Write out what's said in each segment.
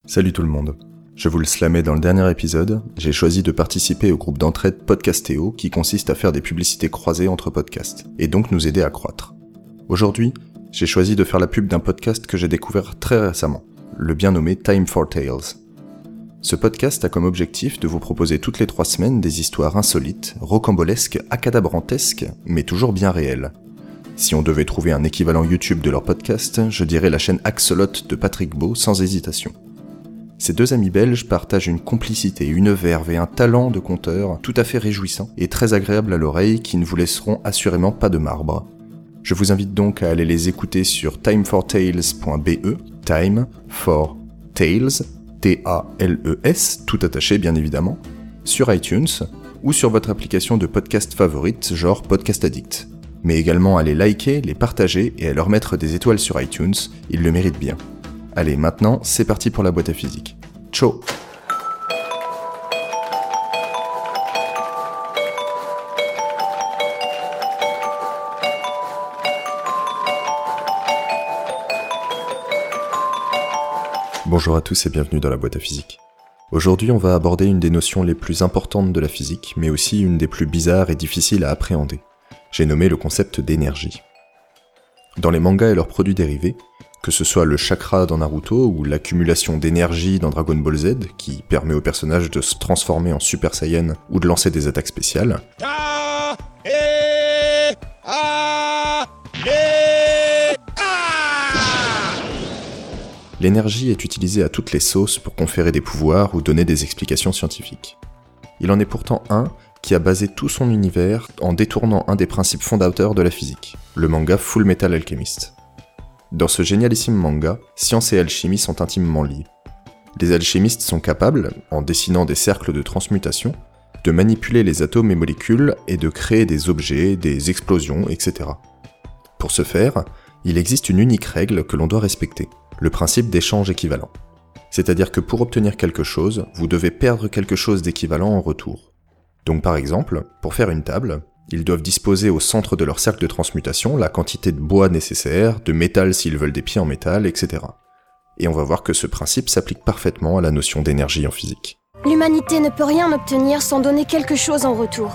Salut tout le monde. Je vous le slamais dans le dernier épisode, j'ai choisi de participer au groupe d'entraide Podcastéo qui consiste à faire des publicités croisées entre podcasts, et donc nous aider à croître. Aujourd'hui, j'ai choisi de faire la pub d'un podcast que j'ai découvert très récemment, le bien nommé Time for Tales. Ce podcast a comme objectif de vous proposer toutes les 3 semaines des histoires insolites, rocambolesques, acadabrantesques, mais toujours bien réelles. Si on devait trouver un équivalent YouTube de leur podcast, je dirais la chaîne Axolot de Patrick Beau sans hésitation. Ces deux amis belges partagent une complicité, une verve et un talent de conteur tout à fait réjouissant et très agréable à l'oreille qui ne vous laisseront assurément pas de marbre. Je vous invite donc à aller les écouter sur timefortales.be, Time for Tales, T-A-L-E-S, tout attaché bien évidemment, sur iTunes ou sur votre application de podcast favorite genre Podcast Addict. Mais également à les liker, les partager et à leur mettre des étoiles sur iTunes, ils le méritent bien. Allez, maintenant, c'est parti pour la boîte à physique. Ciao. Bonjour à tous et bienvenue dans la boîte à physique. Aujourd'hui, on va aborder une des notions les plus importantes de la physique, mais aussi une des plus bizarres et difficiles à appréhender. J'ai nommé le concept d'énergie. Dans les mangas et leurs produits dérivés, que ce soit le chakra dans Naruto ou l'accumulation d'énergie dans Dragon Ball Z, qui permet au personnage de se transformer en Super Saiyan ou de lancer des attaques spéciales, l'énergie est utilisée à toutes les sauces pour conférer des pouvoirs ou donner des explications scientifiques. Il en est pourtant un qui a basé tout son univers en détournant un des principes fondateurs de la physique, le manga Full Metal Alchemist. Dans ce génialissime manga, science et alchimie sont intimement liés. Les alchimistes sont capables, en dessinant des cercles de transmutation, de manipuler les atomes et molécules et de créer des objets, des explosions, etc. Pour ce faire, il existe une unique règle que l'on doit respecter, le principe d'échange équivalent. C'est-à-dire que pour obtenir quelque chose, vous devez perdre quelque chose d'équivalent en retour. Donc par exemple, pour faire une table, ils doivent disposer au centre de leur cercle de transmutation la quantité de bois nécessaire, de métal s'ils veulent des pieds en métal, etc. Et on va voir que ce principe s'applique parfaitement à la notion d'énergie en physique. L'humanité ne peut rien obtenir sans donner quelque chose en retour.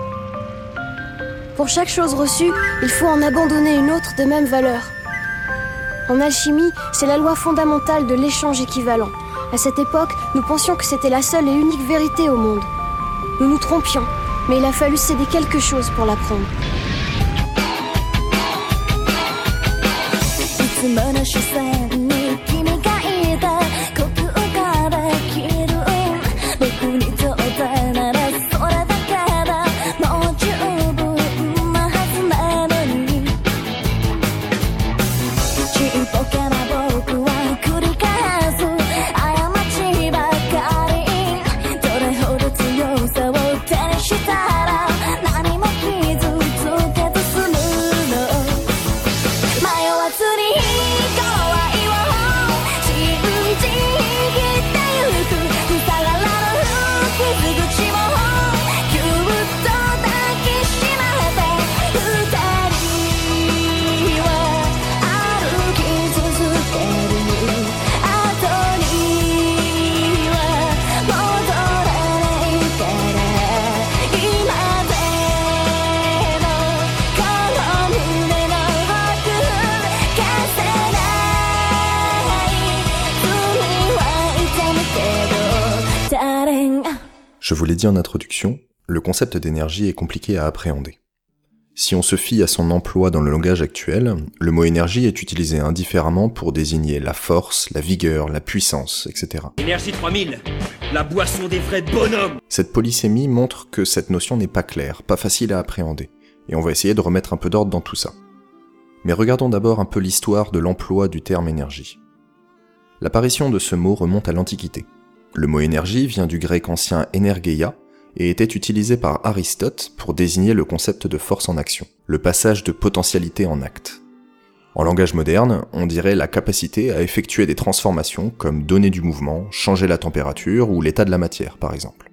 Pour chaque chose reçue, il faut en abandonner une autre de même valeur. En alchimie, c'est la loi fondamentale de l'échange équivalent. À cette époque, nous pensions que c'était la seule et unique vérité au monde. Nous nous trompions. Mais il a fallu céder quelque chose pour l'apprendre. Je vous l'ai dit en introduction, le concept d'énergie est compliqué à appréhender. Si on se fie à son emploi dans le langage actuel, le mot énergie est utilisé indifféremment pour désigner la force, la vigueur, la puissance, etc. Énergie 3000, la boisson des vrais bonhommes. Cette polysémie montre que cette notion n'est pas claire, pas facile à appréhender, et on va essayer de remettre un peu d'ordre dans tout ça. Mais regardons d'abord un peu l'histoire de l'emploi du terme énergie. L'apparition de ce mot remonte à l'Antiquité. Le mot énergie vient du grec ancien energeia et était utilisé par Aristote pour désigner le concept de force en action, le passage de potentialité en acte. En langage moderne, on dirait la capacité à effectuer des transformations comme donner du mouvement, changer la température ou l'état de la matière par exemple.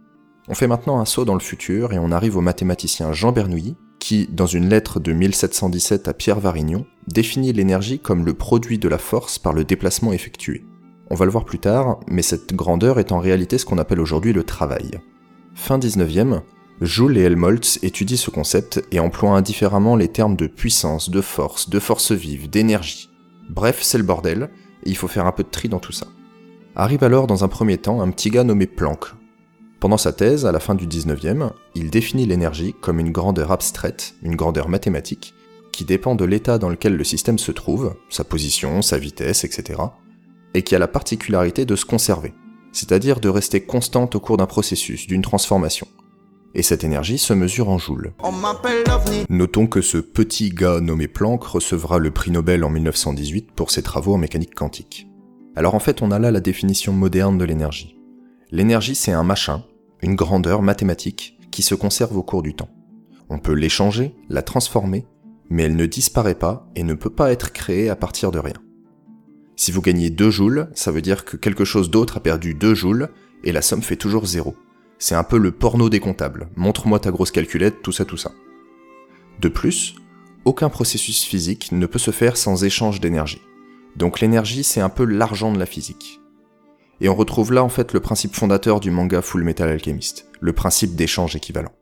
On fait maintenant un saut dans le futur et on arrive au mathématicien Jean Bernoulli qui, dans une lettre de 1717 à Pierre Varignon, définit l'énergie comme le produit de la force par le déplacement effectué. On va le voir plus tard, mais cette grandeur est en réalité ce qu'on appelle aujourd'hui le travail. Fin 19e, Joule et Helmholtz étudient ce concept et emploient indifféremment les termes de puissance, de force vive, d'énergie. Bref, c'est le bordel, et il faut faire un peu de tri dans tout ça. Arrive alors dans un premier temps un petit gars nommé Planck. Pendant sa thèse, à la fin du 19e, il définit l'énergie comme une grandeur abstraite, une grandeur mathématique, qui dépend de l'état dans lequel le système se trouve, sa position, sa vitesse, etc., et qui a la particularité de se conserver, c'est-à-dire de rester constante au cours d'un processus, d'une transformation. Et cette énergie se mesure en joules. Notons que ce petit gars nommé Planck recevra le prix Nobel en 1918 pour ses travaux en mécanique quantique. Alors en fait, on a là la définition moderne de l'énergie. L'énergie, c'est un machin, une grandeur mathématique qui se conserve au cours du temps. On peut l'échanger, la transformer, mais elle ne disparaît pas et ne peut pas être créée à partir de rien. Si vous gagnez 2 joules, ça veut dire que quelque chose d'autre a perdu 2 joules, et la somme fait toujours 0. C'est un peu le porno des comptables. Montre-moi ta grosse calculette, tout ça. De plus, aucun processus physique ne peut se faire sans échange d'énergie. Donc l'énergie, c'est un peu l'argent de la physique. Et on retrouve là en fait le principe fondateur du manga Full Metal Alchemist, le principe d'échange équivalent.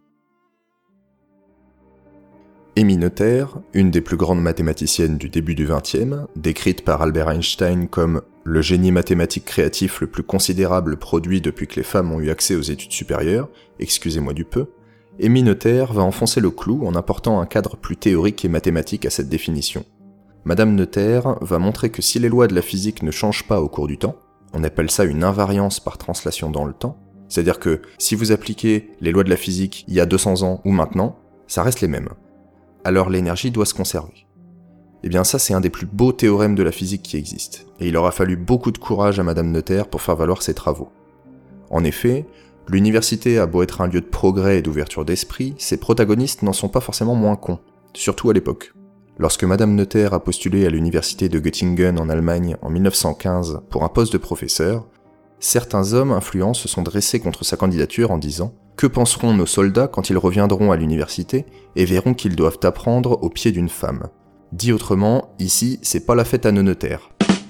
Emmy Noether, une des plus grandes mathématiciennes du début du XXe, décrite par Albert Einstein comme le génie mathématique créatif le plus considérable produit depuis que les femmes ont eu accès aux études supérieures, excusez-moi du peu, Emmy Noether va enfoncer le clou en apportant un cadre plus théorique et mathématique à cette définition. Madame Noether va montrer que si les lois de la physique ne changent pas au cours du temps, on appelle ça une invariance par translation dans le temps, c'est-à-dire que si vous appliquez les lois de la physique il y a 200 ans ou maintenant, ça reste les mêmes. Alors l'énergie doit se conserver. Eh bien ça c'est un des plus beaux théorèmes de la physique qui existe, et il aura fallu beaucoup de courage à Madame Noether pour faire valoir ses travaux. En effet, l'université a beau être un lieu de progrès et d'ouverture d'esprit, ses protagonistes n'en sont pas forcément moins cons, surtout à l'époque. Lorsque Madame Noether a postulé à l'université de Göttingen en Allemagne en 1915 pour un poste de professeur, certains hommes influents se sont dressés contre sa candidature en disant « Que penseront nos soldats quand ils reviendront à l'université et verront qu'ils doivent apprendre au pied d'une femme ?» Dit autrement, ici, c'est pas la fête à Noether.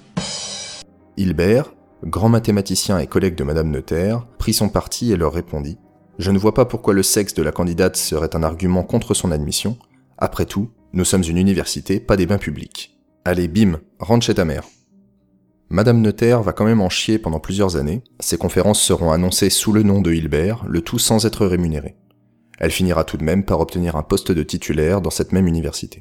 Hilbert, grand mathématicien et collègue de Madame Noether, prit son parti et leur répondit « Je ne vois pas pourquoi le sexe de la candidate serait un argument contre son admission. Après tout, nous sommes une université, pas des bains publics. Allez, bim, rentre chez ta mère. » Madame Noether va quand même en chier pendant plusieurs années, ses conférences seront annoncées sous le nom de Hilbert, le tout sans être rémunérée. Elle finira tout de même par obtenir un poste de titulaire dans cette même université.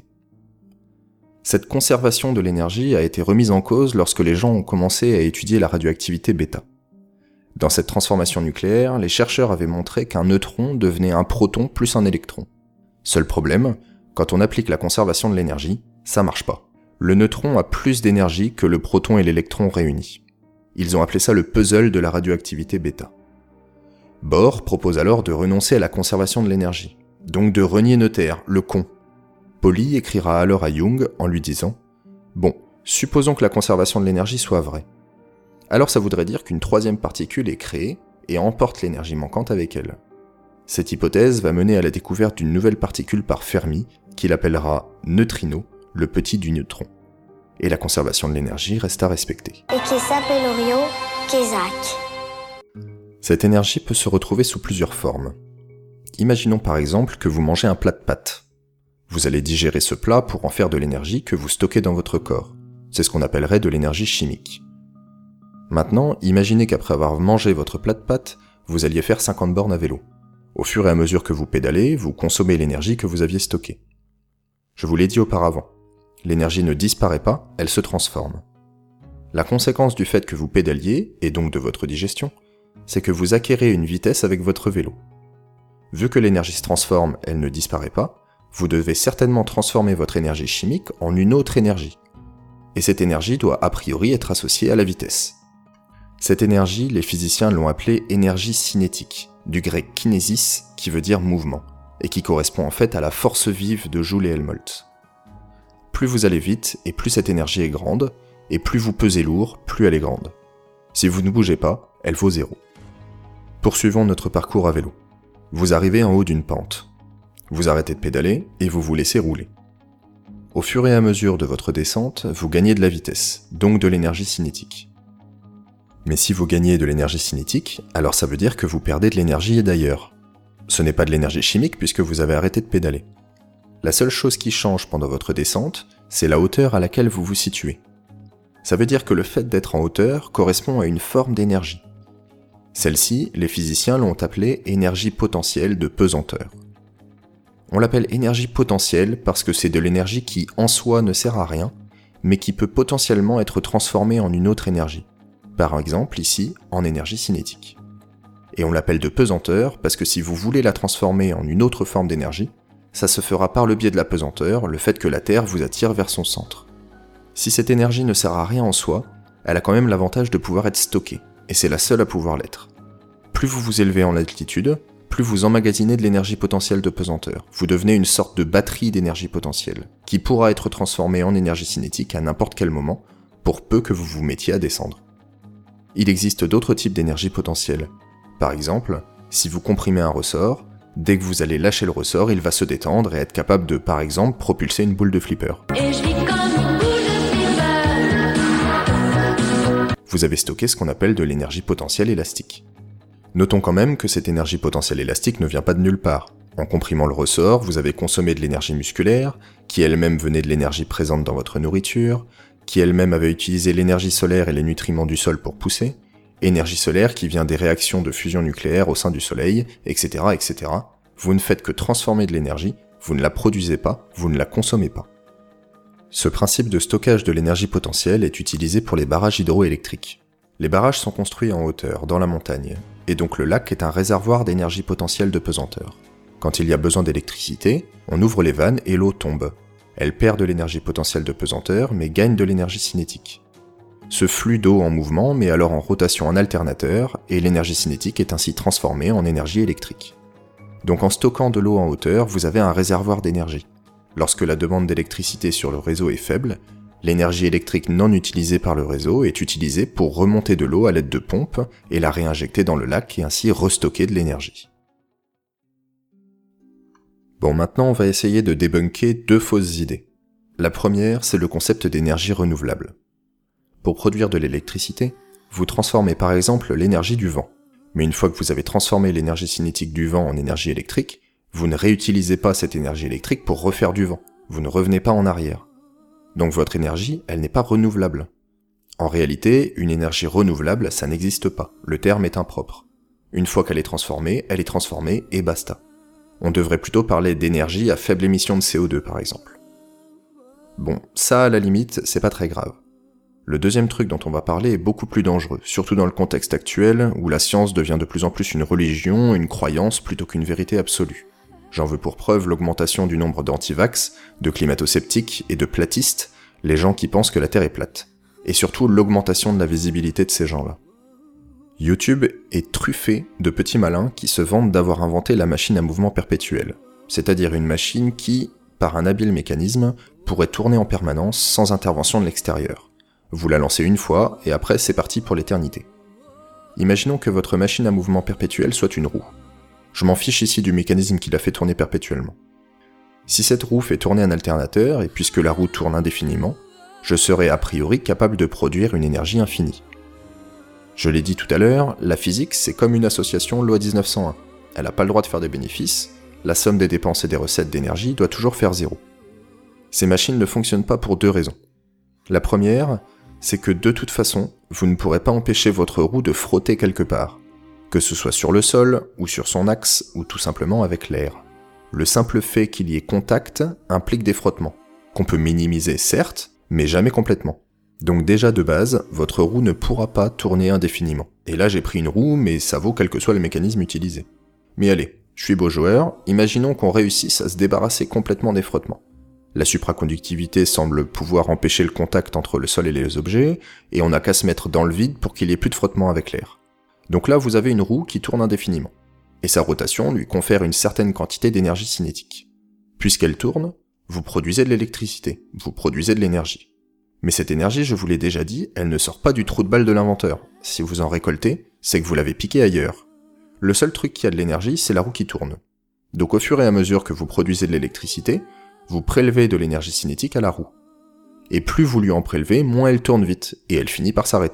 Cette conservation de l'énergie a été remise en cause lorsque les gens ont commencé à étudier la radioactivité bêta. Dans cette transformation nucléaire, les chercheurs avaient montré qu'un neutron devenait un proton plus un électron. Seul problème, quand on applique la conservation de l'énergie, ça marche pas. Le neutron a plus d'énergie que le proton et l'électron réunis. Ils ont appelé ça le puzzle de la radioactivité bêta. Bohr propose alors de renoncer à la conservation de l'énergie, donc de renier Noether, le con. Pauli écrira alors à Jung en lui disant « Bon, supposons que la conservation de l'énergie soit vraie. Alors ça voudrait dire qu'une troisième particule est créée et emporte l'énergie manquante avec elle. Cette hypothèse va mener à la découverte d'une nouvelle particule par Fermi, qu'il appellera neutrino, le petit du neutron. Et la conservation de l'énergie reste à respecter. Et qui s'appellerait Kézak. Cette énergie peut se retrouver sous plusieurs formes. Imaginons par exemple que vous mangez un plat de pâtes. Vous allez digérer ce plat pour en faire de l'énergie que vous stockez dans votre corps. C'est ce qu'on appellerait de l'énergie chimique. Maintenant, imaginez qu'après avoir mangé votre plat de pâtes, vous alliez faire 50 bornes à vélo. Au fur et à mesure que vous pédalez, vous consommez l'énergie que vous aviez stockée. Je vous l'ai dit auparavant, l'énergie ne disparaît pas, elle se transforme. La conséquence du fait que vous pédaliez, et donc de votre digestion, c'est que vous acquérez une vitesse avec votre vélo. Vu que l'énergie se transforme, elle ne disparaît pas, vous devez certainement transformer votre énergie chimique en une autre énergie. Et cette énergie doit a priori être associée à la vitesse. Cette énergie, les physiciens l'ont appelée énergie cinétique, du grec kinésis qui veut dire mouvement, et qui correspond en fait à la force vive de Joule et Helmholtz. Plus vous allez vite, et plus cette énergie est grande, et plus vous pesez lourd, plus elle est grande. Si vous ne bougez pas, elle vaut 0. Poursuivons notre parcours à vélo. Vous arrivez en haut d'une pente. Vous arrêtez de pédaler et vous vous laissez rouler. Au fur et à mesure de votre descente, vous gagnez de la vitesse, donc de l'énergie cinétique. Mais si vous gagnez de l'énergie cinétique, alors ça veut dire que vous perdez de l'énergie d'ailleurs. Ce n'est pas de l'énergie chimique puisque vous avez arrêté de pédaler. La seule chose qui change pendant votre descente, c'est la hauteur à laquelle vous vous situez. Ça veut dire que le fait d'être en hauteur correspond à une forme d'énergie. Celle-ci, les physiciens l'ont appelée énergie potentielle de pesanteur. On l'appelle énergie potentielle parce que c'est de l'énergie qui, en soi, ne sert à rien, mais qui peut potentiellement être transformée en une autre énergie. Par exemple, ici, en énergie cinétique. Et on l'appelle de pesanteur parce que si vous voulez la transformer en une autre forme d'énergie, ça se fera par le biais de la pesanteur, le fait que la Terre vous attire vers son centre. Si cette énergie ne sert à rien en soi, elle a quand même l'avantage de pouvoir être stockée, et c'est la seule à pouvoir l'être. Plus vous vous élevez en altitude, plus vous emmagasinez de l'énergie potentielle de pesanteur. Vous devenez une sorte de batterie d'énergie potentielle, qui pourra être transformée en énergie cinétique à n'importe quel moment, pour peu que vous vous mettiez à descendre. Il existe d'autres types d'énergie potentielle. Par exemple, si vous comprimez un ressort, dès que vous allez lâcher le ressort, il va se détendre et être capable de, par exemple, propulser une boule de flipper. Et je vis comme une boule de flipper. Vous avez stocké ce qu'on appelle de l'énergie potentielle élastique. Notons quand même que cette énergie potentielle élastique ne vient pas de nulle part. En comprimant le ressort, vous avez consommé de l'énergie musculaire, qui elle-même venait de l'énergie présente dans votre nourriture, qui elle-même avait utilisé l'énergie solaire et les nutriments du sol pour pousser, énergie solaire qui vient des réactions de fusion nucléaire au sein du Soleil, etc., etc. Vous ne faites que transformer de l'énergie, vous ne la produisez pas, vous ne la consommez pas. Ce principe de stockage de l'énergie potentielle est utilisé pour les barrages hydroélectriques. Les barrages sont construits en hauteur, dans la montagne, et donc le lac est un réservoir d'énergie potentielle de pesanteur. Quand il y a besoin d'électricité, on ouvre les vannes et l'eau tombe. Elle perd de l'énergie potentielle de pesanteur, mais gagne de l'énergie cinétique. Ce flux d'eau en mouvement met alors en rotation un alternateur, et l'énergie cinétique est ainsi transformée en énergie électrique. Donc en stockant de l'eau en hauteur, vous avez un réservoir d'énergie. Lorsque la demande d'électricité sur le réseau est faible, l'énergie électrique non utilisée par le réseau est utilisée pour remonter de l'eau à l'aide de pompes et la réinjecter dans le lac et ainsi restocker de l'énergie. Bon, maintenant on va essayer de débunker deux fausses idées. La première, c'est le concept d'énergie renouvelable. Pour produire de l'électricité, vous transformez par exemple l'énergie du vent. Mais une fois que vous avez transformé l'énergie cinétique du vent en énergie électrique, vous ne réutilisez pas cette énergie électrique pour refaire du vent. Vous ne revenez pas en arrière. Donc votre énergie, elle n'est pas renouvelable. En réalité, une énergie renouvelable, ça n'existe pas. Le terme est impropre. Une fois qu'elle est transformée et basta. On devrait plutôt parler d'énergie à faible émission de CO2 par exemple. Bon, ça à la limite, c'est pas très grave. Le deuxième truc dont on va parler est beaucoup plus dangereux, surtout dans le contexte actuel où la science devient de plus en plus une religion, une croyance plutôt qu'une vérité absolue. J'en veux pour preuve l'augmentation du nombre d'antivax, de climato-sceptiques et de platistes, les gens qui pensent que la Terre est plate. Et surtout l'augmentation de la visibilité de ces gens-là. YouTube est truffé de petits malins qui se vantent d'avoir inventé la machine à mouvement perpétuel, c'est-à-dire une machine qui, par un habile mécanisme, pourrait tourner en permanence sans intervention de l'extérieur. Vous la lancez une fois, et après c'est parti pour l'éternité. Imaginons que votre machine à mouvement perpétuel soit une roue. Je m'en fiche ici du mécanisme qui la fait tourner perpétuellement. Si cette roue fait tourner un alternateur, et puisque la roue tourne indéfiniment, je serai a priori capable de produire une énergie infinie. Je l'ai dit tout à l'heure, la physique c'est comme une association loi 1901. Elle n'a pas le droit de faire des bénéfices, la somme des dépenses et des recettes d'énergie doit toujours faire 0. Ces machines ne fonctionnent pas pour deux raisons. La première, c'est que de toute façon, vous ne pourrez pas empêcher votre roue de frotter quelque part, que ce soit sur le sol, ou sur son axe, ou tout simplement avec l'air. Le simple fait qu'il y ait contact implique des frottements, qu'on peut minimiser certes, mais jamais complètement. Donc déjà de base, votre roue ne pourra pas tourner indéfiniment. Et là j'ai pris une roue, mais ça vaut quel que soit le mécanisme utilisé. Mais allez, je suis beau joueur, imaginons qu'on réussisse à se débarrasser complètement des frottements. La supraconductivité semble pouvoir empêcher le contact entre le sol et les objets, et on n'a qu'à se mettre dans le vide pour qu'il n'y ait plus de frottement avec l'air. Donc là vous avez une roue qui tourne indéfiniment, et sa rotation lui confère une certaine quantité d'énergie cinétique. Puisqu'elle tourne, vous produisez de l'électricité, vous produisez de l'énergie. Mais cette énergie, je vous l'ai déjà dit, elle ne sort pas du trou de balle de l'inventeur. Si vous en récoltez, c'est que vous l'avez piqué ailleurs. Le seul truc qui a de l'énergie, c'est la roue qui tourne. Donc au fur et à mesure que vous produisez de l'électricité, vous prélevez de l'énergie cinétique à la roue. Et plus vous lui en prélevez, moins elle tourne vite, et elle finit par s'arrêter.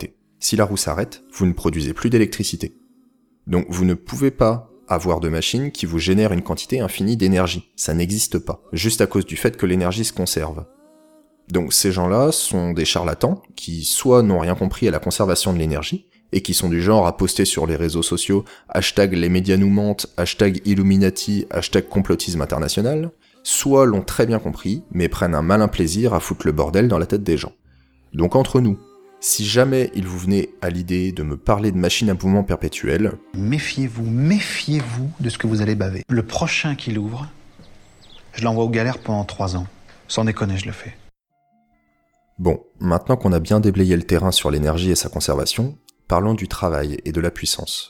Si la roue s'arrête, vous ne produisez plus d'électricité. Donc vous ne pouvez pas avoir de machine qui vous génère une quantité infinie d'énergie. Ça n'existe pas, juste à cause du fait que l'énergie se conserve. Donc ces gens-là sont des charlatans qui soit n'ont rien compris à la conservation de l'énergie, et qui sont du genre à poster sur les réseaux sociaux # les médias nous mentent, # Illuminati, # complotisme international, soit l'ont très bien compris, mais prennent un malin plaisir à foutre le bordel dans la tête des gens. Donc entre nous, si jamais il vous venait à l'idée de me parler de machines à mouvement perpétuel, méfiez-vous de ce que vous allez baver. Le prochain qui l'ouvre, je l'envoie aux galères pendant 3 ans. Sans déconner, je le fais. Bon, maintenant qu'on a bien déblayé le terrain sur l'énergie et sa conservation, parlons du travail et de la puissance.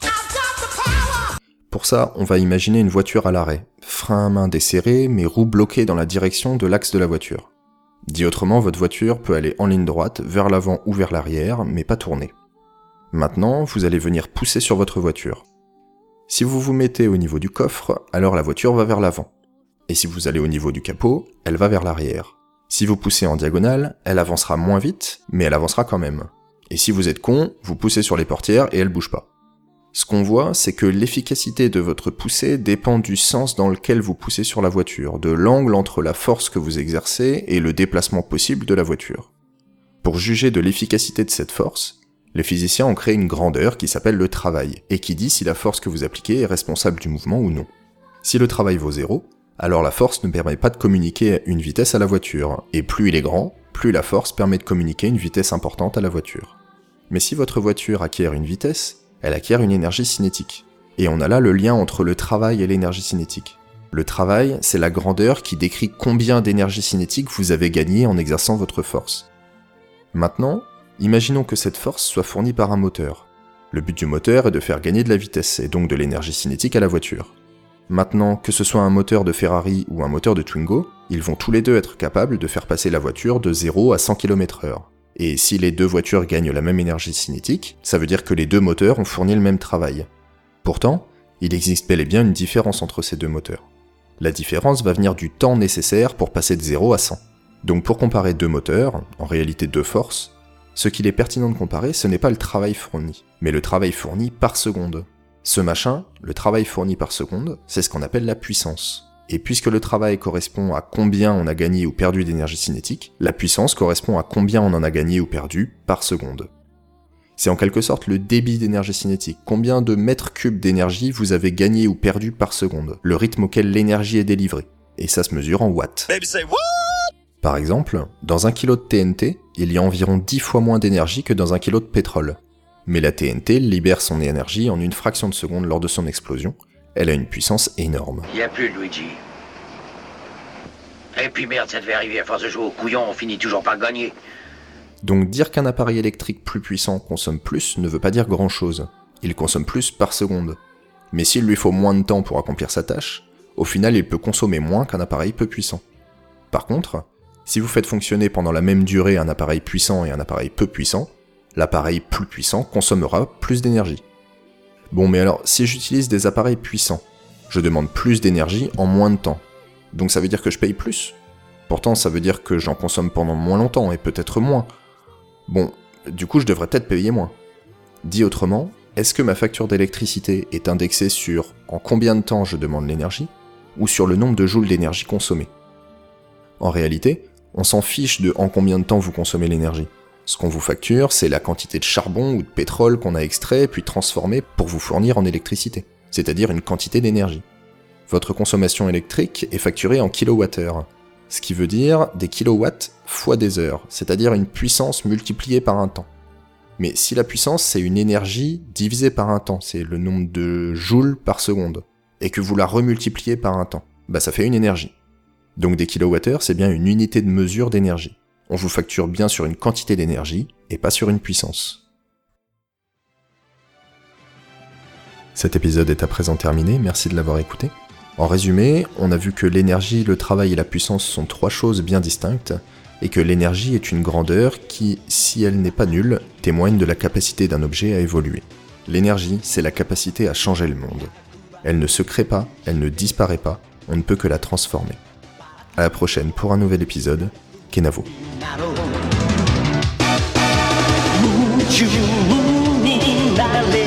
Pour ça, on va imaginer une voiture à l'arrêt, frein à main desserré, mais roues bloquées dans la direction de l'axe de la voiture. Dit autrement, votre voiture peut aller en ligne droite, vers l'avant ou vers l'arrière, mais pas tourner. Maintenant, vous allez venir pousser sur votre voiture. Si vous vous mettez au niveau du coffre, alors la voiture va vers l'avant. Et si vous allez au niveau du capot, elle va vers l'arrière. Si vous poussez en diagonale, elle avancera moins vite, mais elle avancera quand même. Et si vous êtes con, vous poussez sur les portières et elles bougent pas. Ce qu'on voit, c'est que l'efficacité de votre poussée dépend du sens dans lequel vous poussez sur la voiture, de l'angle entre la force que vous exercez et le déplacement possible de la voiture. Pour juger de l'efficacité de cette force, les physiciens ont créé une grandeur qui s'appelle le travail, et qui dit si la force que vous appliquez est responsable du mouvement ou non. Si le travail vaut 0, alors la force ne permet pas de communiquer une vitesse à la voiture, et plus il est grand, plus la force permet de communiquer une vitesse importante à la voiture. Mais si votre voiture acquiert une vitesse, elle acquiert une énergie cinétique. Et on a là le lien entre le travail et l'énergie cinétique. Le travail, c'est la grandeur qui décrit combien d'énergie cinétique vous avez gagné en exerçant votre force. Maintenant, imaginons que cette force soit fournie par un moteur. Le but du moteur est de faire gagner de la vitesse, et donc de l'énergie cinétique à la voiture. Maintenant, que ce soit un moteur de Ferrari ou un moteur de Twingo, ils vont tous les deux être capables de faire passer la voiture de 0 à 100 km/h. Et si les deux voitures gagnent la même énergie cinétique, ça veut dire que les deux moteurs ont fourni le même travail. Pourtant, il existe bel et bien une différence entre ces deux moteurs. La différence va venir du temps nécessaire pour passer de 0 à 100. Donc pour comparer deux moteurs, en réalité deux forces, ce qu'il est pertinent de comparer, ce n'est pas le travail fourni, mais le travail fourni par seconde. Ce machin, le travail fourni par seconde, c'est ce qu'on appelle la puissance. Et puisque le travail correspond à combien on a gagné ou perdu d'énergie cinétique, la puissance correspond à combien on en a gagné ou perdu par seconde. C'est en quelque sorte le débit d'énergie cinétique, combien de mètres cubes d'énergie vous avez gagné ou perdu par seconde, le rythme auquel l'énergie est délivrée. Et ça se mesure en watts. Par exemple, dans 1 kg de TNT, il y a environ 10 fois moins d'énergie que dans 1 kg de pétrole. Mais la TNT libère son énergie en une fraction de seconde lors de son explosion. Elle a une puissance énorme. Y a plus de Luigi. Et puis merde, ça devait arriver à force de jouer au couillon, on finit toujours par gagner. Donc dire qu'un appareil électrique plus puissant consomme plus ne veut pas dire grand-chose. Il consomme plus par seconde. Mais s'il lui faut moins de temps pour accomplir sa tâche, au final il peut consommer moins qu'un appareil peu puissant. Par contre, si vous faites fonctionner pendant la même durée un appareil puissant et un appareil peu puissant, l'appareil plus puissant consommera plus d'énergie. Bon, mais alors, si j'utilise des appareils puissants, je demande plus d'énergie en moins de temps. Donc ça veut dire que je paye plus. Pourtant, ça veut dire que j'en consomme pendant moins longtemps, et peut-être moins. Bon, du coup, je devrais peut-être payer moins. Dit autrement, est-ce que ma facture d'électricité est indexée sur en combien de temps je demande l'énergie, ou sur le nombre de joules d'énergie consommée ? En réalité, on s'en fiche de en combien de temps vous consommez l'énergie. Ce qu'on vous facture, c'est la quantité de charbon ou de pétrole qu'on a extrait puis transformé pour vous fournir en électricité, c'est-à-dire une quantité d'énergie. Votre consommation électrique est facturée en kilowattheures, ce qui veut dire des kilowatts fois des heures, c'est-à-dire une puissance multipliée par un temps. Mais si la puissance c'est une énergie divisée par un temps, c'est le nombre de joules par seconde, et que vous la remultipliez par un temps, bah ça fait une énergie. Donc des kilowattheures, c'est bien une unité de mesure d'énergie. On vous facture bien sur une quantité d'énergie, et pas sur une puissance. Cet épisode est à présent terminé, merci de l'avoir écouté. En résumé, on a vu que l'énergie, le travail et la puissance sont trois choses bien distinctes, et que l'énergie est une grandeur qui, si elle n'est pas nulle, témoigne de la capacité d'un objet à évoluer. L'énergie, c'est la capacité à changer le monde. Elle ne se crée pas, elle ne disparaît pas, on ne peut que la transformer. À la prochaine pour un nouvel épisode. Kenavo. finale